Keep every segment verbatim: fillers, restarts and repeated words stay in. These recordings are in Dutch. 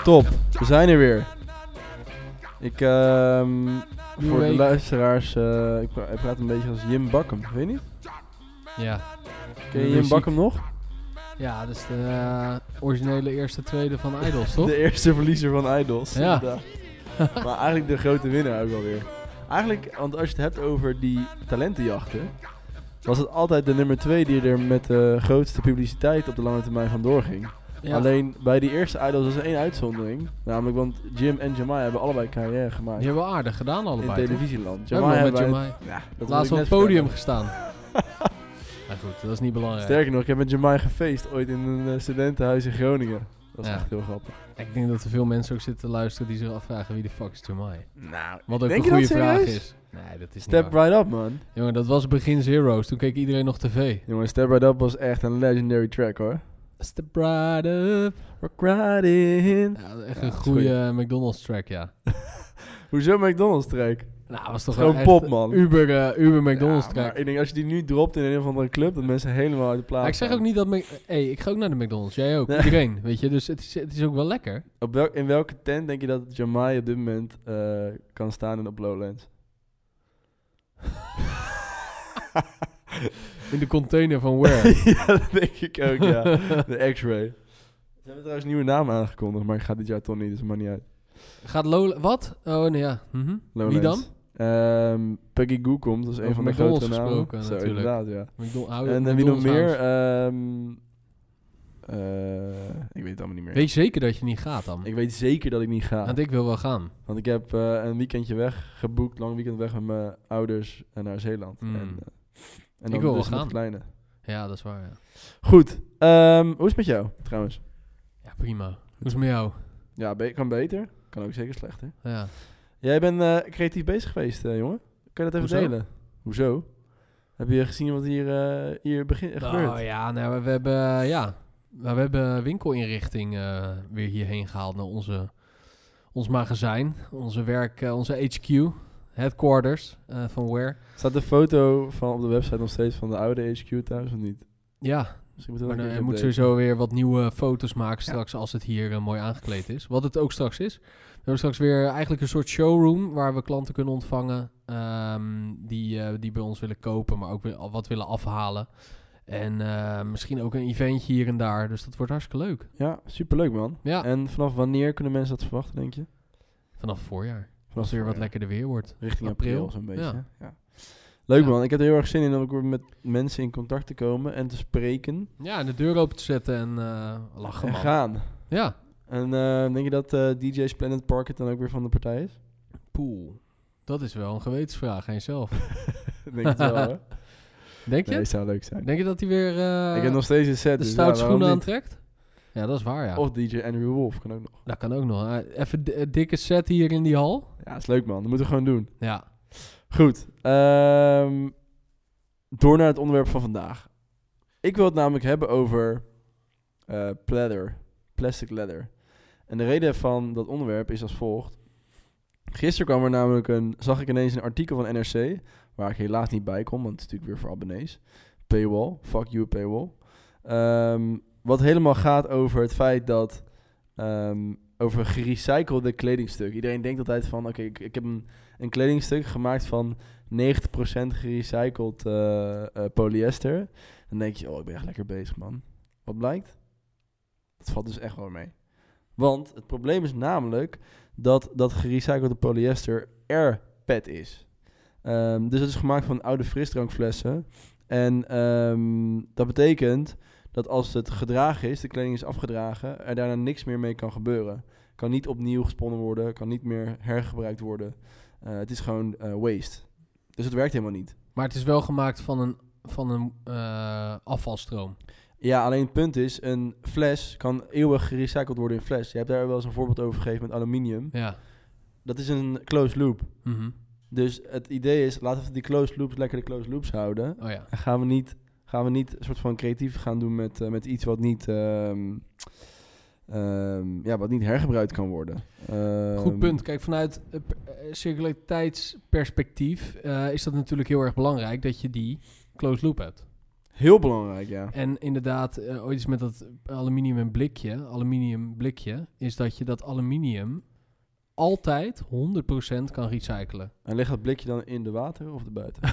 Top, we zijn er weer. Ik, um, voor week. de luisteraars, uh, ik, pra- ik praat een beetje als Jim Bakkum, weet je niet? Ja. Ken je De Jim muziek. Bakkum nog? Ja, dat is de uh, originele eerste tweede van Idols, toch? De eerste verliezer van Idols. Ja. inderdaad. Maar eigenlijk de grote winnaar ook alweer. Eigenlijk, want als je het hebt over die talentenjachten, was het altijd de nummer twee die er met de grootste publiciteit op de lange termijn vandoor ging. Ja. Alleen bij die eerste Idols was er één uitzondering. Namelijk, want Jim en Jamai hebben allebei carrière gemaakt. Die hebben we aardig gedaan allebei, in toch? televisieland. We hebben nog met wij- Jamai. Ja, dat Laatst wil op ik het net podium vertellen. gestaan. Maar goed, dat is niet belangrijk. Sterker nog, ik heb met Jamai gefeest ooit in een uh, studentenhuis in Groningen. Dat is Ja. echt heel grappig. Ik denk dat er veel mensen ook zitten te luisteren die zich afvragen wie de fuck is Jamai. Nou, Wat ook denk een je goede dat vraag serieus? is. Nee, dat is Step niet waar. Right Up, man. Jongen, dat was begin Zero's. Toen keek iedereen nog tv. Jongen, Step Right Up was echt een legendary track, hoor. Step right up. Rock right in. Ja, echt Ja, een dat is goede uh, McDonald's track, ja. Hoezo McDonald's track? Nou, was toch Gewoon wel pop, echt man. Uber, uh, Uber McDonald's Ja, track. maar ik denk als je die nu dropt in een of andere club, dat mensen helemaal uit de plaat Maar ik zeg gaan. ook niet dat... Mc- hey, ik ga ook naar de McDonald's. Jij ook. Nee. Iedereen, weet je. Dus het is, het is ook wel lekker. Op welk, in welke tent denk je dat Jamai op dit moment uh, kan staan in op Lowlands? In de container van Where. Ja, dat denk ik ook, ja. De X-Ray. Ze hebben trouwens nieuwe namen aangekondigd, maar ik ga dit jaar toch niet, dus het maakt niet uit. Gaat Lola... Wat? Oh, nee, ja. Mhm. Wie dan? Um, Peggy Goo komt, dat is een Over van de McDonald's grote namen. gesproken, Zo, natuurlijk. inderdaad, ja. McDo- hou- En uh, wie nog McDonald's meer? House. Um, uh, ik weet het allemaal niet meer. Weet je zeker dat je niet gaat dan? Ik weet zeker dat ik niet ga. Want ik wil wel gaan. Want ik heb uh, een weekendje weg geboekt, lang weekend weg met mijn ouders uh, naar Zeeland. Mm. En, uh, en Ik wil dus wel met gaan. kleine. Ja, dat is waar, ja. Goed, um, hoe is het met jou trouwens? Ja, prima. Hoe is het met jou? Ja, be- kan beter. Kan ook zeker slechter. Ja. Jij bent uh, creatief bezig geweest, uh, jongen. Kan je dat even Hoezo? delen? Hoezo? Heb je gezien wat hier, uh, hier begin- gebeurt? Oh ja, nou, we, we hebben... uh, ja, nou, we hebben winkelinrichting uh, weer hierheen gehaald naar onze, ons magazijn. Onze werk, uh, onze H Q. Headquarters uh, van Where. Staat de foto van op de website nog steeds van de oude H Q thuis of niet? Ja, Misschien moeten we maar dat uh, een je keer moet updaten. sowieso weer wat nieuwe foto's maken Ja. straks als het hier uh, mooi aangekleed is. Wat het ook straks is. We hebben straks weer eigenlijk een soort showroom waar we klanten kunnen ontvangen um, die, uh, die bij ons willen kopen, maar ook weer wat willen afhalen. En uh, misschien ook een eventje hier en daar. Dus dat wordt hartstikke leuk. Ja, superleuk man. Ja. En vanaf wanneer kunnen mensen dat verwachten, denk je? Vanaf het voorjaar. Vanaf Als het weer wat voorjaar. lekkerder weer wordt. Richting april, april, zo'n beetje. ja. Ja. Leuk Ja. man, ik heb er heel erg zin in om ook weer met mensen in contact te komen en te spreken. Ja, en de deur open te zetten en uh, lachen, en man. gaan. Ja. En uh, denk je dat uh, D J's Planet Park dan ook weer van de partij is? Poeh. Dat is wel een gewetensvraag aan jezelf. denk het wel, hè? Denk je? Nee, zou leuk zijn. Denk je dat hij weer uh, ik heb nog steeds een set, de dus stoute ja, waarom schoenen niet? aantrekt? Ja, dat is waar, ja. Of D J Andrew Wolf kan ook nog. Dat kan ook nog. Uh, even d- een dikke set hier in die hal. Ja, is leuk man. Dat moeten we gewoon doen. Ja. Goed. Um, door naar het onderwerp van vandaag. Ik wil het namelijk hebben over uh, pleather. Plastic leather. En de reden van dat onderwerp is als volgt. Gisteren kwam er namelijk een, zag ik ineens een artikel van N R C, waar ik helaas niet bij kom, want het is natuurlijk weer voor abonnees. Paywall. Fuck you, paywall. Um, wat helemaal gaat over het feit dat um, over gerecyclede kledingstuk. Iedereen denkt altijd van, oké, okay, ik, ik heb een, een kledingstuk gemaakt van negentig procent gerecycled uh, uh, polyester. Dan denk je, oh, ik ben echt lekker bezig, man. Wat blijkt? Dat valt dus echt wel mee. Want het probleem is namelijk dat dat gerecyclede polyester air-pet is. Um, dus het is gemaakt van oude frisdrankflessen. En um, dat betekent dat als het gedragen is, de kleding is afgedragen, er daarna niks meer mee kan gebeuren. Kan niet opnieuw gesponnen worden, kan niet meer hergebruikt worden. Uh, het is gewoon uh, waste. Dus het werkt helemaal niet. Maar het is wel gemaakt van een, van een uh, afvalstroom. Ja, alleen het punt is, een fles kan eeuwig gerecycled worden in fles. Je hebt daar wel eens een voorbeeld over gegeven met aluminium. Ja. Dat is een closed loop. Mm-hmm. Dus het idee is, laten we die closed loops lekker de closed loops houden. Oh ja. En gaan we niet, gaan we niet een soort van creatief gaan doen met, uh, met iets wat niet, um, um, ja, wat niet hergebruikt kan worden. Um, Goed punt. Kijk, vanuit uh, uh, circulariteitsperspectief uh, is dat natuurlijk heel erg belangrijk dat je die closed loop hebt. Heel belangrijk, ja. En inderdaad, uh, ooit eens met dat aluminium en blikje, aluminium blikje, is dat je dat aluminium altijd honderd procent kan recyclen. En ligt dat blikje dan in de water of erbuiten?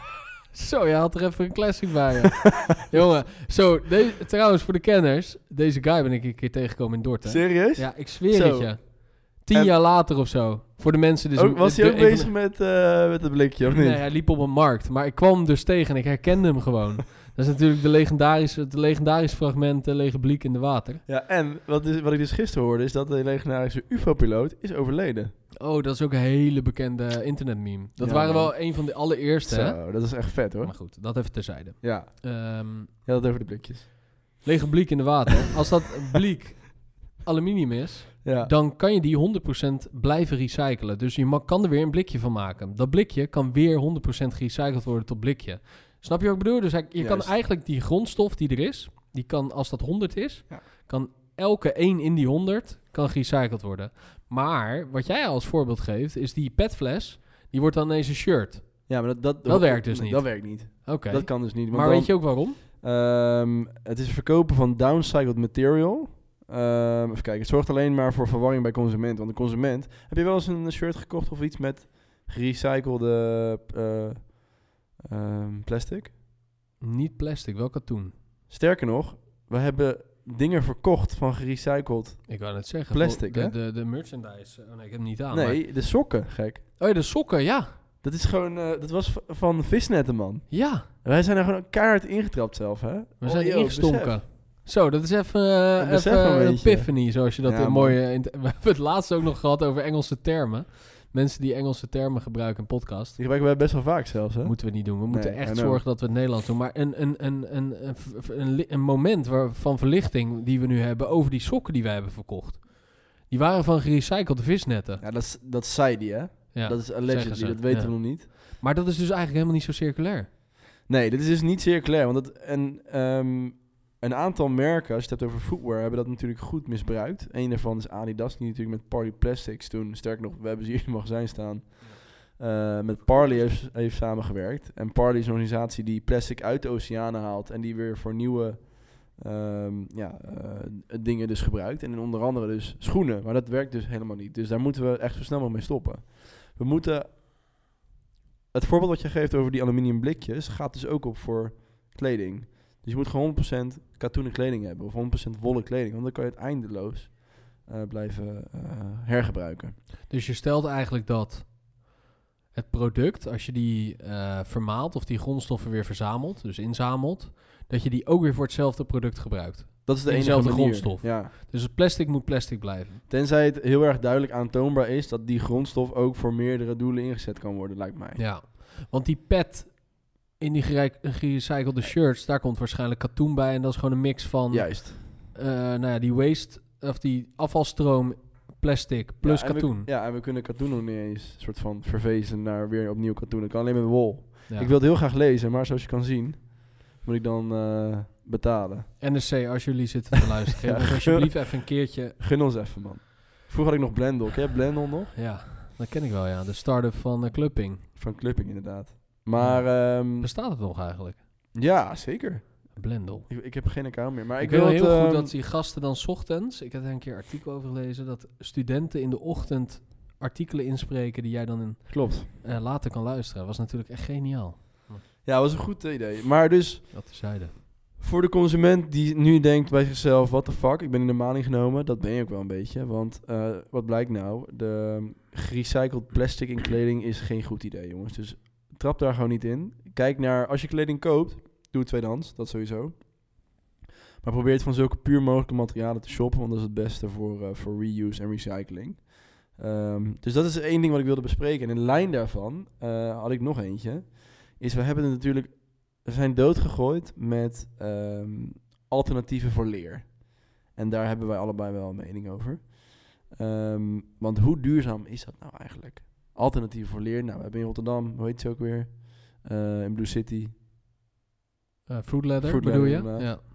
Zo, je had er even een classic bij je. Jongen, zo, de, trouwens voor de kenners, deze guy ben ik een keer tegengekomen in Dordten. Serieus? Ja, ik zweer Zo. het je. Tien En- jaar later of zo. Voor de mensen dus... Ook, was de- hij ook een van bezig de- met, uh, met het blikje, of niet? Nee, hij liep op een markt. Maar ik kwam hem dus tegen en ik herkende hem gewoon. Dat is natuurlijk de legendarische, het legendarische fragment uh, lege blik in de water. Ja, en wat, is, wat ik dus gisteren hoorde, is dat de legendarische U F O-piloot is overleden. Oh, dat is ook een hele bekende internetmeme. Dat Ja, waren man. wel een van de allereerste, hè? Zo, dat is echt vet, hoor. Maar goed, dat even terzijde. Ja, Ehm je had het over de blikjes. lege blik in de water. Als dat blik aluminium is, Ja. dan kan je die honderd procent blijven recyclen. Dus je ma- kan er weer een blikje van maken. Dat blikje kan weer honderd procent gerecycled worden tot blikje. Snap je wat ik bedoel? Dus hij- je kan Juist. eigenlijk die grondstof die er is, die kan, als dat honderd is, Ja. kan elke één in die honderd kan gerecycled worden. Maar wat jij als voorbeeld geeft, is die petfles, die wordt dan ineens een shirt. Ja, maar dat... Dat, Dat werkt dus niet. Dat werkt niet. Oké. Dat kan dus niet. Want Maar dan, weet je ook waarom? ehm, het is verkopen van downcycled material. Ehm, even kijken, het zorgt alleen maar voor verwarring bij consument. Want de consument... Heb je wel eens een shirt gekocht of iets met gerecyclede eh, ehm, plastic? Niet plastic, wel katoen. Sterker nog, we hebben dingen verkocht van gerecycled... Ik wou net zeggen. Plastic, voor hè? de, de, de merchandise. Oh nee, ik heb hem niet aan. nee, de sokken, gek. Maar... Oh ja, de sokken, ja. Dat is gewoon... eh, dat was v- van visnetten, man. Ja. En wij zijn er gewoon kaart ingetrapt zelf, hè? We zijn Oh, yo, ingestonken. besef. Zo, dat is even, uh, Een besef even een een beetje. epiphany, zoals je dat Ja, in man. mooie... In, we hebben het laatst ook nog gehad over Engelse termen. Mensen die Engelse termen gebruiken in podcast. Die gebruiken wij best wel vaak zelfs, hè? Moeten we niet doen. We moeten Nee, echt I know. zorgen dat we het Nederlands doen. Maar een, een, een, een, een, v- een, li- een moment waar, van verlichting die we nu hebben over die sokken die wij hebben verkocht. Die waren van gerecyclede visnetten. Ja, dat, is- dat zei die, hè? Ja, dat is zeggen allegedly, ze, dat weten ja. we nog niet. Maar dat is dus eigenlijk helemaal niet zo circulair. Nee, dit is dus niet circulair. Want het, en, ehm, een aantal merken, als je het hebt over footwear, hebben dat natuurlijk goed misbruikt. Eén daarvan is Adidas, die natuurlijk met Parley Plastics toen, sterker nog, we hebben ze hier in het magazijn staan, uh, met Parley heeft, heeft samengewerkt. En Parley is een organisatie die plastic uit de oceanen haalt en die weer voor nieuwe um, ja, uh, dingen dus gebruikt. En in onder andere dus schoenen, maar dat werkt dus helemaal niet. Dus daar moeten we echt zo snel mogelijk mee stoppen. We moeten... Het voorbeeld wat je geeft over die aluminium blikjes gaat dus ook op voor kleding. Dus je moet gewoon honderd procent katoenen kleding hebben of honderd procent wollen kleding, want dan kan je het eindeloos uh, blijven uh, hergebruiken. Dus je stelt eigenlijk dat het product, als je die uh, vermaalt of die grondstoffen weer verzamelt, dus inzamelt, dat je die ook weer voor hetzelfde product gebruikt. Dat is de In enige dezelfde manier. grondstof. Ja. Dus het plastic moet plastic blijven. Tenzij het heel erg duidelijk aantoonbaar is dat die grondstof ook voor meerdere doelen ingezet kan worden, lijkt mij. Ja, want die pet in die gerei- gerecyclede shirts, daar komt waarschijnlijk katoen bij en dat is gewoon een mix van Juist. Uh, nou ja, die waste, of die afvalstroom plastic plus ja, en katoen. We, ja, en we kunnen katoen nog niet eens soort van vervezen naar weer opnieuw katoen. Dat kan alleen met wol. Ja. Ik wil het heel graag lezen, maar zoals je kan zien, moet ik dan uh, betalen. N S C, als jullie zitten te luisteren, geef Ja, ons alsjeblieft even een keertje. Gun ons even, man. Vroeger had ik nog Blendel. Ken je Blendel nog? Ja, dat ken ik wel, ja. De start-up van uh, Clupping. Van Clipping, inderdaad. Maar, um, Bestaat het nog eigenlijk? ja, zeker. Blendel. Ik, ik heb geen account meer, maar Ik, ik, wil wil heel het, goed um, dat die gasten dan 's ochtends, ik heb er een keer een artikel over gelezen, dat studenten in de ochtend artikelen inspreken die jij dan in, Klopt. uh, later kan luisteren. Dat was natuurlijk echt geniaal. Ja, dat was een goed idee. Maar dus, Dat terzijde. voor de consument die nu denkt bij zichzelf, what the fuck, ik ben in de maling genomen, dat ben je ook wel een beetje. Want uh, wat blijkt nou, de gerecycled plastic in kleding is geen goed idee, jongens. Dus trap daar gewoon niet in. Kijk naar, als je kleding koopt, doe het tweedehands, dat sowieso. Maar probeer het van zulke puur mogelijke materialen te shoppen, want dat is het beste voor, uh, voor reuse en recycling. Um, dus dat is één ding wat ik wilde bespreken. En in lijn daarvan uh, had ik nog eentje. Is, we hebben het natuurlijk, we zijn doodgegooid met um, alternatieven voor leer. En daar hebben wij allebei wel een mening over. Um, want hoe duurzaam is dat nou eigenlijk? Alternatieven voor leer. Nou, we hebben in Rotterdam, hoe heet ze ook weer? Uh, in Blue City. Uh, fruit leather, Fruit bedoel leather, je? Ja.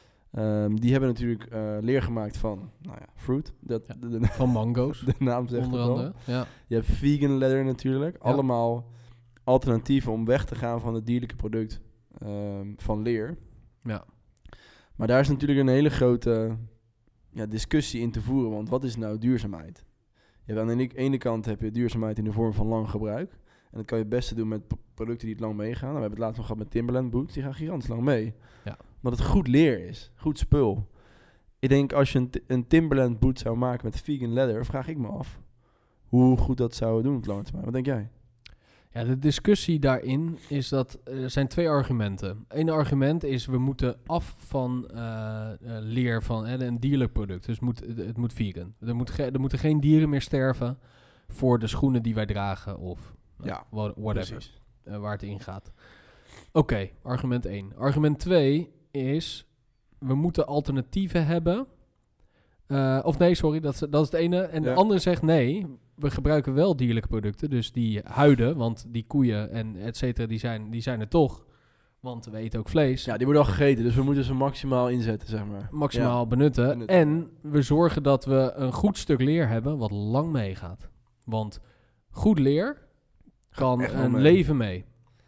Um, die hebben natuurlijk uh, leer gemaakt van, nou ja, fruit. Dat, Ja. de, de, Van mango's, de naam zegt onder het al. andere. Ja. Je hebt vegan leather natuurlijk. Ja. Allemaal alternatieven om weg te gaan van het dierlijke product. um, van leer. Ja. Maar daar is natuurlijk een hele grote ja, discussie in te voeren. Want wat is nou duurzaamheid? Je hebt aan de ene kant heb je duurzaamheid in de vorm van lang gebruik. En dat kan je het beste doen met p- producten die het lang meegaan. Nou, we hebben het laatst nog gehad met Timberland boots. Die gaan gigantisch lang mee. Ja. Omdat het goed leer is. Goed spul. Ik denk als je een, t- een Timberland boot zou maken met vegan leather, vraag ik me af hoe goed dat zou doen op lange termijn. Wat denk jij? Ja, de discussie daarin is dat er zijn twee argumenten. Eén argument is we moeten af van uh, uh, leer van uh, een dierlijk product. Dus het moet, het, het moet vegan. Er, moet ge- er moeten geen dieren meer sterven voor de schoenen die wij dragen of nou, Ja, wha- whatever precies. uh, waar het in gaat. Oké, okay, argument één. Argument twee is we moeten alternatieven hebben. Uh, of nee, sorry, dat is, dat is het ene. En Ja. de andere zegt nee, we gebruiken wel dierlijke producten. Dus die huiden, want die koeien en et cetera, die zijn, die zijn er toch. Want we eten ook vlees. Ja, die worden al gegeten, dus we moeten ze maximaal inzetten, zeg maar. Maximaal Ja. benutten. benutten. En we zorgen dat we een goed stuk leer hebben wat lang meegaat. Want goed leer kan echt wel een mee. leven mee.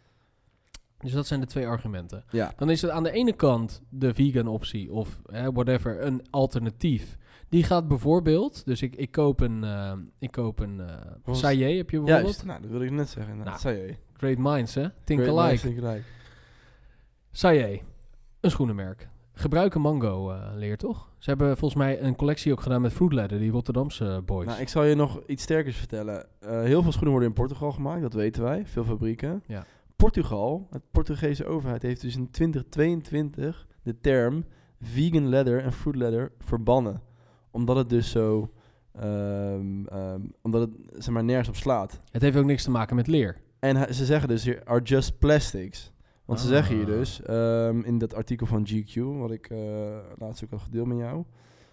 Dus dat zijn de twee argumenten. Ja, Dan is het aan de ene kant de vegan optie of eh, whatever, een alternatief. Die gaat bijvoorbeeld, dus ik, ik koop een, uh, ik koop een uh, Was- Saillet, heb je bijvoorbeeld? juist. Nou, dat wilde ik net zeggen. Nou, Nou, dat zei je. Great minds, hè? Think Great alike. minds think alike. Saillet, een schoenenmerk. Gebruiken mango uh, leer, toch? Ze hebben volgens mij een collectie ook gedaan met Fruit Leather, die Rotterdamse uh, boys. Nou, ik zal je nog iets sterkers vertellen. Uh, heel veel schoenen worden in Portugal gemaakt, dat weten wij. Veel fabrieken. Ja. Portugal, de Portugese overheid, heeft dus in twintig tweeëntwintig de term vegan leather en fruit leather verbannen. Omdat het dus zo... Um, um, omdat het zeg maar nergens op slaat. Het heeft ook niks te maken met leer. En hij- ze zeggen dus hier, are just plastics. Want ze Ah. zeggen hier dus, um, in dat artikel van G Q, wat ik uh, laatst ook al gedeeld met jou.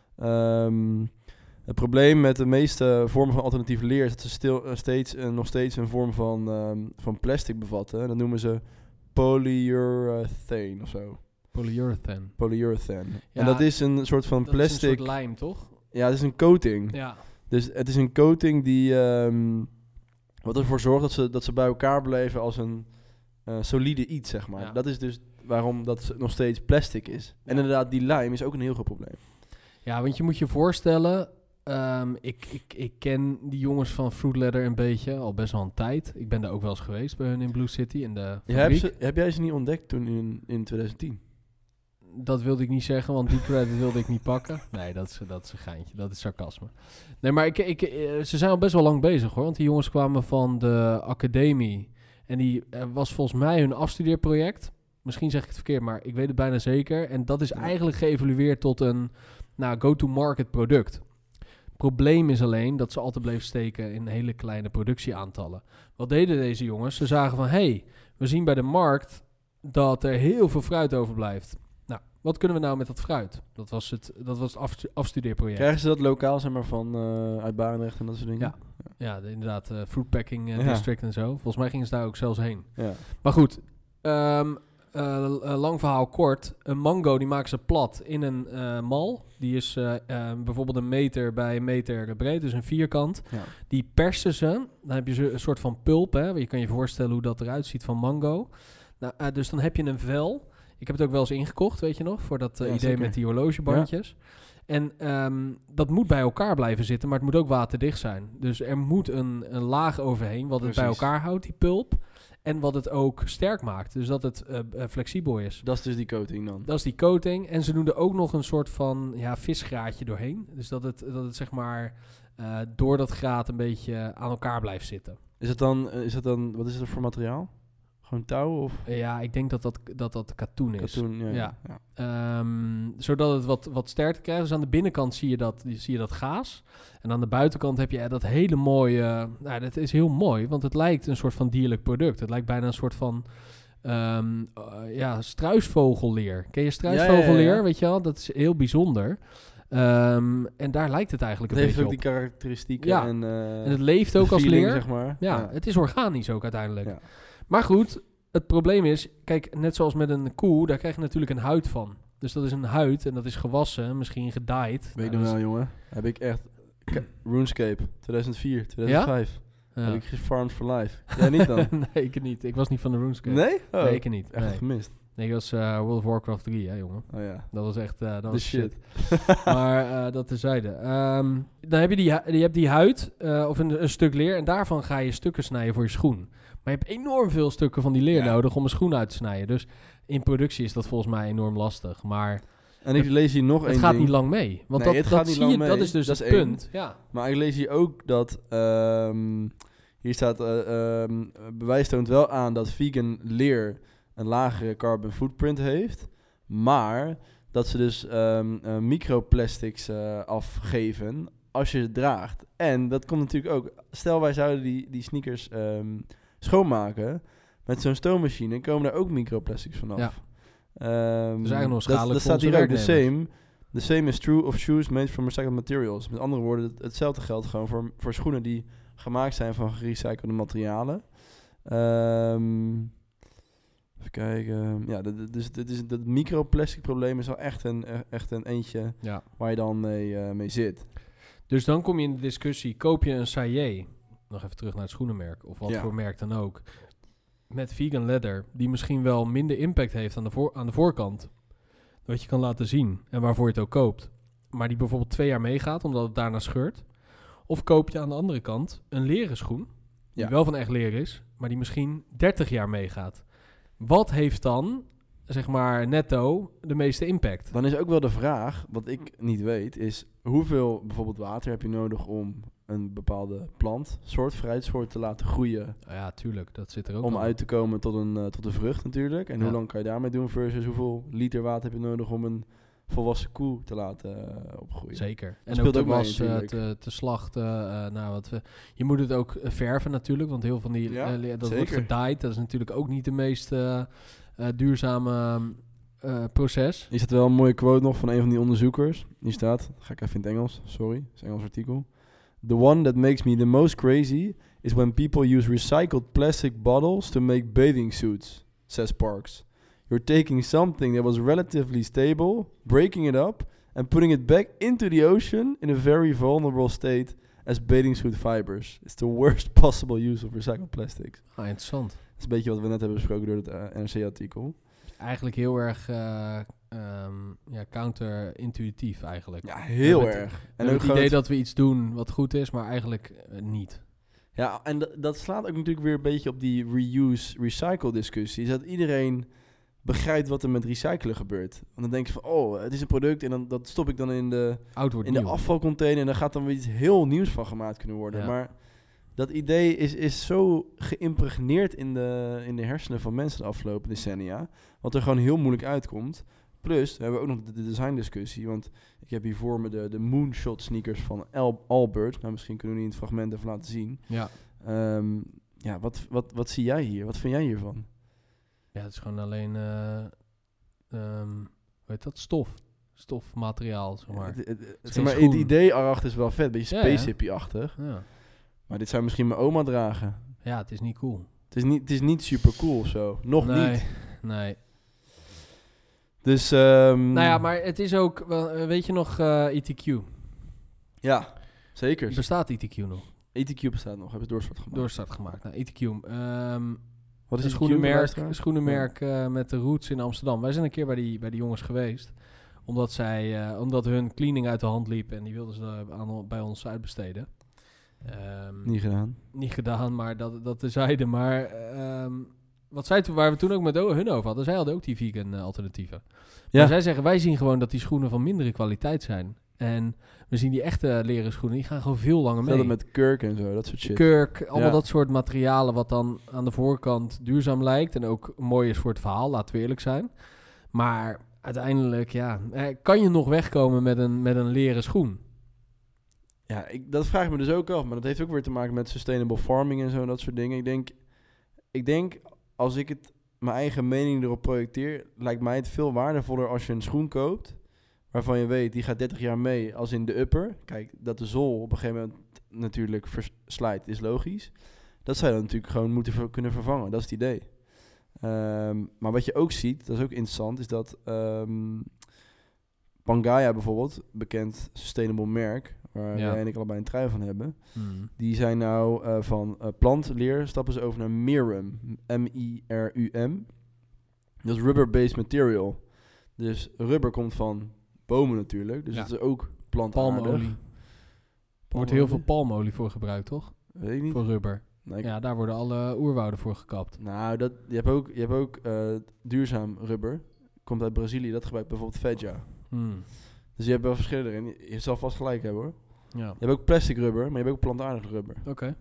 Um, het probleem met de meeste vormen van alternatieve leer is dat ze stil, uh, steeds, uh, nog steeds een vorm van, um, van plastic bevatten. En dat noemen ze polyurethane of zo. Polyurethane. Polyurethane. Ja, en dat is een soort van Dat is plastic... een soort lijm, toch? Ja, het is een coating. Ja. Dus het is een coating die... Um, wat ervoor zorgt dat ze, dat ze bij elkaar blijven als een uh, solide iets, zeg maar. Ja. Dat is dus waarom dat nog steeds plastic is. En Ja. inderdaad, die lijm is ook een heel groot probleem. Ja, want je moet je voorstellen... Um, ik, ik, ik ken die jongens van Fruit Leather een beetje, al best wel een tijd. Ik ben daar ook wel eens geweest bij hun in Blue City, in de Je hebt fabriek. ze, heb jij ze niet ontdekt toen in, in twintig tien? Dat wilde ik niet zeggen, want die credit wilde ik niet pakken. Nee, dat is, dat is een geintje. Dat is sarcasme. Nee, maar ik, ik, eh, ze zijn al best wel lang bezig, hoor. Want die jongens kwamen van de academie. En die uh, was volgens mij hun afstudeerproject. Misschien zeg ik het verkeerd, maar ik weet het bijna zeker. En dat is Ja. eigenlijk geëvolueerd tot een nou, go-to-market product. Probleem is alleen dat ze altijd bleven steken in hele kleine productieaantallen. Wat deden deze jongens? Ze zagen van, hé, hey, we zien bij de markt dat er heel veel fruit overblijft. Nou, wat kunnen we nou met dat fruit? Dat was het, dat was het afstu- afstudeerproject. Krijgen ze dat lokaal, zeg maar, van uh, uit Barendrecht en dat soort dingen? Ja. Ja, de, inderdaad, uh, fruit packing uh, Ja. district en zo. Volgens mij gingen ze daar ook zelfs heen. Ja. Maar goed, um, uh, uh, lang verhaal kort. Een mango die maken ze plat in een uh, mal. Die is uh, uh, bijvoorbeeld een meter bij een meter breed, dus een vierkant. Ja. Die persen ze. Dan heb je zo een soort van pulp. Hè? Je kan je voorstellen hoe dat eruit ziet van mango. Nou, uh, dus dan heb je een vel. Ik heb het ook wel eens ingekocht, weet je nog? Voor dat uh, Ja, idee zeker. met die horlogebandjes. Ja. En um, dat moet bij elkaar blijven zitten, maar het moet ook waterdicht zijn. Dus er moet een, een laag overheen wat het Precies. bij elkaar houdt, die pulp. En wat het ook sterk maakt. Dus dat het uh, uh, flexibel is. Dat is dus die coating dan? Dat is die coating. En ze doen er ook nog een soort van ja, visgraatje doorheen. Dus dat het, dat het zeg maar uh, door dat graat een beetje aan elkaar blijft zitten. Is het dan, is het dan, wat is het voor materiaal? Gewoon touw of Uh, ja, ik denk dat dat, dat, dat katoen is. katoen? Ja. Ja. ja. Um, zodat het wat, wat sterkte krijgt. Dus aan de binnenkant zie je dat, zie je dat gaas. En aan de buitenkant heb je uh, dat hele mooie... Nou, dat is heel mooi, want het lijkt een soort van dierlijk product. Het lijkt bijna een soort van... Um, uh, ja, struisvogelleer. Ken je struisvogelleer? Ja, ja, ja. Weet je wel? Dat is heel bijzonder. Um, en daar lijkt het eigenlijk het een beetje op. Het heeft ook die karakteristieken. Ja. En, uh, en het leeft ook als feeling, leer. Zeg maar. ja, ja, het is organisch ook uiteindelijk. Ja. Maar goed, het probleem is... Kijk, net zoals met een koe, daar krijg je natuurlijk een huid van. Dus dat is een huid en dat is gewassen, misschien gedaaid. Weet je nou, nog dus wel, jongen? Heb ik echt... RuneScape, tweeduizend vier, tweeduizend vijf. Ja? Heb ik gefarmed for life. Jij niet dan? Nee, ik niet. Ik was niet van de RuneScape. Nee? Oh. Nee, ik niet. Echt Nee. gemist. Nee, dat was uh, World of Warcraft drie, hè, jongen. Oh ja. Dat was echt... Uh, dat The was shit. shit. Maar uh, dat terzijde. Um, dan heb je die, hu- je hebt die huid, uh, of een, een stuk leer, en daarvan ga je stukken snijden voor je schoen. Maar je hebt enorm veel stukken van die leer Ja. nodig om een schoen uit te snijden. Dus in productie is dat volgens mij enorm lastig. Maar En ik lees hier nog het één gaat ding. niet lang mee. Want Nee, dat, het dat gaat niet zie lang je, mee. dat is dus Dat het is één. punt. Ja. Maar ik lees hier ook dat... Um, hier staat... Uh, um, bewijs toont wel aan dat vegan leer een lagere carbon footprint heeft. Maar dat ze dus um, uh, microplastics uh, afgeven als je het draagt. En dat komt natuurlijk ook... Stel wij zouden die, die sneakers um, schoonmaken met zo'n stoommachine, komen daar ook microplastics vanaf. Ja. Um, Dus eigenlijk nog dat, schadelijk dat voor staat hier onze ook. The werknemers. same, the same is true of shoes made from recycled materials. Met andere woorden, het, hetzelfde geldt gewoon voor, voor schoenen die gemaakt zijn van gerecyclede materialen. Um, even kijken. Ja, dat, dat, dus dat, is, dat microplastic probleem is wel echt een, echt een eentje Ja. waar je dan mee, uh, mee zit. Dus dan kom je in de discussie, koop je een Saillet, nog even terug naar het schoenenmerk, of wat Ja. voor merk dan ook, met vegan leather, die misschien wel minder impact heeft aan de, voor, aan de voorkant, wat je kan laten zien en waarvoor je het ook koopt, maar die bijvoorbeeld twee jaar meegaat, omdat het daarna scheurt. Of koop je aan de andere kant een leren schoen, die Ja. wel van echt leer is, maar die misschien dertig jaar meegaat. Wat heeft dan, zeg maar, netto de meeste impact? Dan is ook wel de vraag, wat ik niet weet, is hoeveel bijvoorbeeld water heb je nodig om een bepaalde plant, soort, fruitsoort te laten groeien, Ja, tuurlijk, dat zit er ook om al. uit te komen tot een, uh, tot een vrucht natuurlijk. En Ja. hoe lang kan je daarmee doen versus hoeveel liter water heb je nodig om een volwassen koe te laten uh, opgroeien. Zeker. En speelt ook te ook mee was, uh, natuurlijk. te, te slachten. Uh, nou, wat we, je moet het ook uh, verven natuurlijk, want heel van die... Ja, uh, dat zeker. wordt gedaaid. Dat is natuurlijk ook niet de meest uh, uh, duurzame uh, proces. Hier staat wel een mooie quote nog van een van die onderzoekers. Die staat, ga ik even in het Engels, sorry, het is een Engels artikel. The one that makes me the most crazy is when people use recycled plastic bottles to make bathing suits, says Parks. You're taking something that was relatively stable, breaking it up, and putting it back into the ocean in a very vulnerable state as bathing suit fibers. It's the worst possible use of recycled plastics. Ah, interessant. Dat is een beetje wat we net hebben besproken door het uh, N R C-artikel. Eigenlijk heel erg uh, um, ja, counter-intuïtief eigenlijk. Ja, heel We hebben erg. Het, En we ook hebben het idee gewoon dat we iets doen wat goed is, maar eigenlijk uh, niet. Ja, en d- dat slaat ook natuurlijk weer een beetje op die reuse-recycle discussie. Is dat iedereen begrijpt wat er met recyclen gebeurt. Want dan denk je van, oh, het is een product en dan dat stop ik dan in de, Oud wordt in de nieuw. afvalcontainer en dan gaat dan weer iets heel nieuws van gemaakt kunnen worden. Ja. Maar dat idee is, is zo geïmpregneerd in de, in de hersenen van mensen de afgelopen decennia, wat er gewoon heel moeilijk uitkomt. Plus, we hebben ook nog de, de designdiscussie, want ik heb hier voor me de, de Moonshot sneakers van Al- Allbirds. Nou, misschien kunnen we die in het fragment even laten zien. Ja. Um, ja, wat, wat, wat zie jij hier? Wat vind jij hiervan? Ja, het is gewoon alleen, uh, um, hoe heet dat, stof. Stofmateriaal, zeg maar. Het, het, het, geen zeg maar het schoen. idee erachter is wel vet, beetje Ja, ja. space hippie-achtig. Ja. Maar dit zou misschien mijn oma dragen. ja, het is niet cool. Het is niet, het is niet super cool of zo. Nog nee, niet. Nee. Dus, um, Nou ja, maar het is ook, wel, uh, weet je nog, uh, E T Q? ja, zeker. Bestaat E T Q nog? E T Q bestaat nog, hebben ze doorstart gemaakt. Doorstart gemaakt. Nou, E T Q. Um, Wat is een E T Q, schoenenmerk, luisteraar? schoenenmerk uh, met de roots in Amsterdam. Wij zijn een keer bij die, bij die jongens geweest. Omdat, zij, uh, omdat hun cleaning uit de hand liep. En die wilden ze uh, aan, bij ons uitbesteden. Um, Niet gedaan. Niet gedaan, maar dat, dat terzijde. Maar um, wat zij toen, waar we toen ook met o- hun over hadden. Zij hadden ook die vegan uh, alternatieven. Ja. Maar zij zeggen, wij zien gewoon dat die schoenen van mindere kwaliteit zijn. En we zien die echte leren schoenen, die gaan gewoon veel langer mee. Dat met kurk en zo, dat soort shit. Kurk, allemaal Ja. dat soort materialen wat dan aan de voorkant duurzaam lijkt. En ook mooi is voor het verhaal, laten we eerlijk zijn. Maar uiteindelijk, ja, eh, kan je nog wegkomen met een, met een leren schoen? Ja, ik, dat vraag ik me dus ook af. Maar dat heeft ook weer te maken met sustainable farming en zo, dat soort dingen. Ik denk, ik denk als ik het mijn eigen mening erop projecteer, lijkt mij het veel waardevoller als je een schoen koopt, waarvan je weet, die gaat dertig jaar mee als in de upper. Kijk, dat de zool op een gegeven moment natuurlijk verslijt, is logisch. Dat zou je dan natuurlijk gewoon moeten ver- kunnen vervangen. Dat is het idee. Um, maar wat je ook ziet, dat is ook interessant, is dat um, Pangaea bijvoorbeeld, bekend sustainable merk, waar Ja. jij en ik allebei een trui van hebben, Hmm. die zijn nou uh, van uh, plantleer stappen ze over naar Mirum, M I R U M. Dat is rubber-based material. Dus rubber komt van bomen natuurlijk. Dus Ja. dat is ook plantaardig. Palmolie. Er wordt heel veel palmolie voor gebruikt, toch? Weet ik niet. Voor rubber. Nee, ik- Ja, daar worden alle oerwouden voor gekapt. Nou, dat, je hebt ook, je hebt ook eh, duurzaam rubber. Komt uit Brazilië. Dat gebruikt bijvoorbeeld Vedja. Hmm. Dus je hebt wel verschillen erin. Je, je zal vast gelijk hebben hoor. Ja, Je hebt ook plastic rubber, maar je hebt ook plantaardig rubber. oké.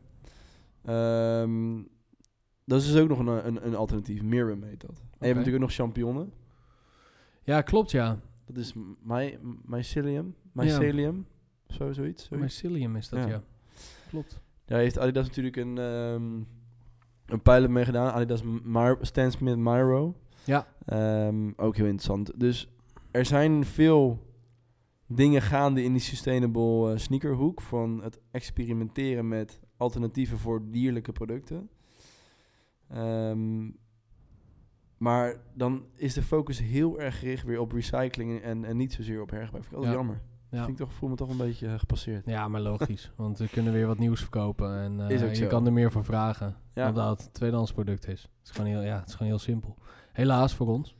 Ehm, dat is dus ook nog een, een, een alternatief. Mirum heet dat. En je hebt Oké. natuurlijk ook nog champignonnen. Ja, klopt, ja. Dat is my, mycelium. Mycelium. Zo, zoiets. zoiets. Mycelium is dat, Ja. ja. Klopt. Daar heeft Adidas natuurlijk een, ehm, een pilot mee gedaan. Adidas My, Stan Smith Myro. Ja. Ehm, ook heel interessant. Dus er zijn veel dingen gaande in die sustainable uh, sneakerhoek. Van het experimenteren met alternatieven voor dierlijke producten. Ehm, maar dan is de focus heel erg gericht weer op recycling en, en niet zozeer op hergebruik. Vind ik altijd Ja. jammer. Ja. Vind ik toch, voel me toch een beetje uh, gepasseerd. Ja, maar logisch. Want we kunnen weer wat nieuws verkopen. En eh, Is ook je zo. kan er meer voor vragen. Ja. Omdat het een tweedehands product is. Het is gewoon heel, ja, het is gewoon heel simpel. Helaas voor ons.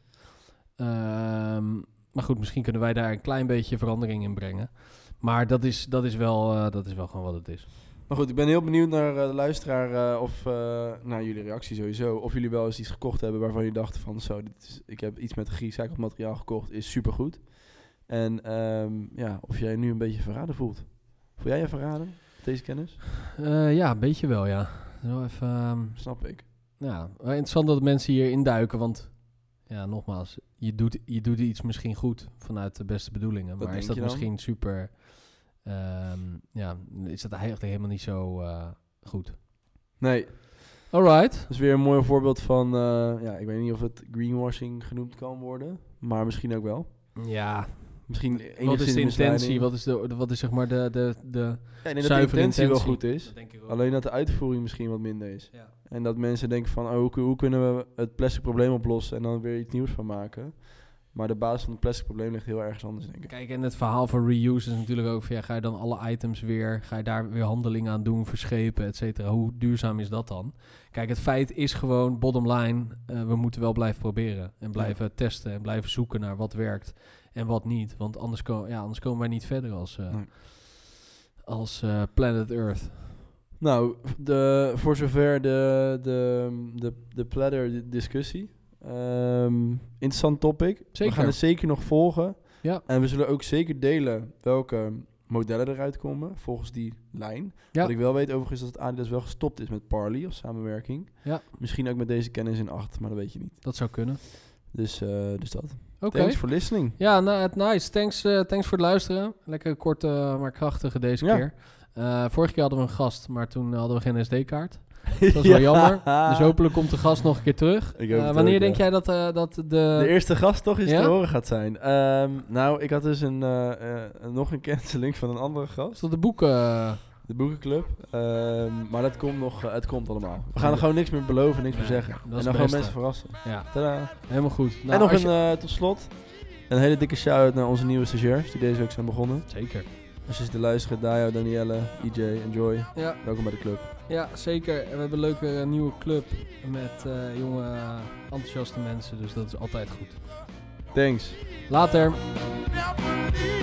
Ehm, maar goed, misschien kunnen wij daar een klein beetje verandering in brengen. Maar dat is, dat is, wel, eh, dat is wel gewoon wat het is. Maar goed, ik ben heel benieuwd naar uh, de luisteraar uh, of uh, naar jullie reactie sowieso. Of jullie wel eens iets gekocht hebben waarvan je dacht van zo, dit is, ik heb iets met gerecycled materiaal gekocht, is supergoed. En um, ja, of jij nu een beetje verraden voelt. Voel jij je verraden met deze kennis? Uh, ja, een beetje wel, ja. Zo even, um, Snap ik. Ja, wel interessant dat mensen hier induiken, want ja, nogmaals, je doet, je doet iets misschien goed vanuit de beste bedoelingen. Wat Maar is denk dat je dan? misschien super, um, ja, is dat eigenlijk helemaal niet zo uh, goed. Nee. Alright. Dat is weer een mooi voorbeeld van, uh, ja, ik weet niet of het greenwashing genoemd kan worden, maar misschien ook wel. Ja. Misschien Wat is de intentie? misleiding. Wat is, de, wat is zeg maar de, de, de Ja, ik denk dat de zuivere intentie wel intentie? goed is. Dat denk ik ook. Alleen dat de uitvoering misschien wat minder is. Ja. En dat mensen denken van, oh, hoe, hoe kunnen we het plastic probleem oplossen en dan weer iets nieuws van maken. Maar de basis van het plastic probleem ligt heel ergens anders, denk ik. Kijk, en het verhaal van reuse is natuurlijk ook van, ja, ga je dan alle items weer, ga je daar weer handelingen aan doen, verschepen, et cetera. Hoe duurzaam is dat dan? Kijk, het feit is gewoon, bottom line, uh, we moeten wel blijven proberen en blijven ja. testen en blijven zoeken naar wat werkt en wat niet. Want anders, ko- ja, anders komen wij niet verder als, uh, nee. als uh, Planet Earth. Nou, de, voor zover de, de, de, de platter discussie. Um, interessant topic. Zeker. We gaan het zeker nog volgen. Ja. En we zullen ook zeker delen welke modellen eruit komen volgens die lijn. Ja. Wat ik wel weet overigens is dat Adidas wel gestopt is met Parley als samenwerking. Ja. Misschien ook met deze kennis in acht, maar dat weet je niet. Dat zou kunnen. Dus, uh, dus dat. Okay. Thanks for listening. Ja, nou, nice. Thanks, uh, thanks voor het luisteren. Lekker kort, uh, maar krachtige deze ja. keer. Uh, vorige keer hadden we een gast, maar toen hadden we geen S D-kaart. Dat was wel jammer. Dus hopelijk komt de gast nog een keer terug. Uh, wanneer ook, denk ja. jij dat, uh, dat de... De eerste gast toch eens ja? te horen gaat zijn? Um, nou, ik had dus een, uh, uh, nog een canceling van een andere gast. Is dat de boeken... Uh... De boekenclub. Um, maar dat komt nog, uh, het komt allemaal. We gaan er gewoon niks meer beloven, niks nee, meer zeggen. En dan gewoon beste. mensen verrassen. Ja. Tadaa. Helemaal goed. Nou, en nog een, je... uh, tot slot, een hele dikke shout-out naar onze nieuwe stagiairs die deze week zijn begonnen. Zeker. Als je zit te luisteren, Dayo, Danielle, I J en Joy. Ja. Welkom bij de club. Ja, zeker. En we hebben een leuke uh, nieuwe club met uh, jonge, uh, enthousiaste mensen. Dus dat is altijd goed. Thanks. Later.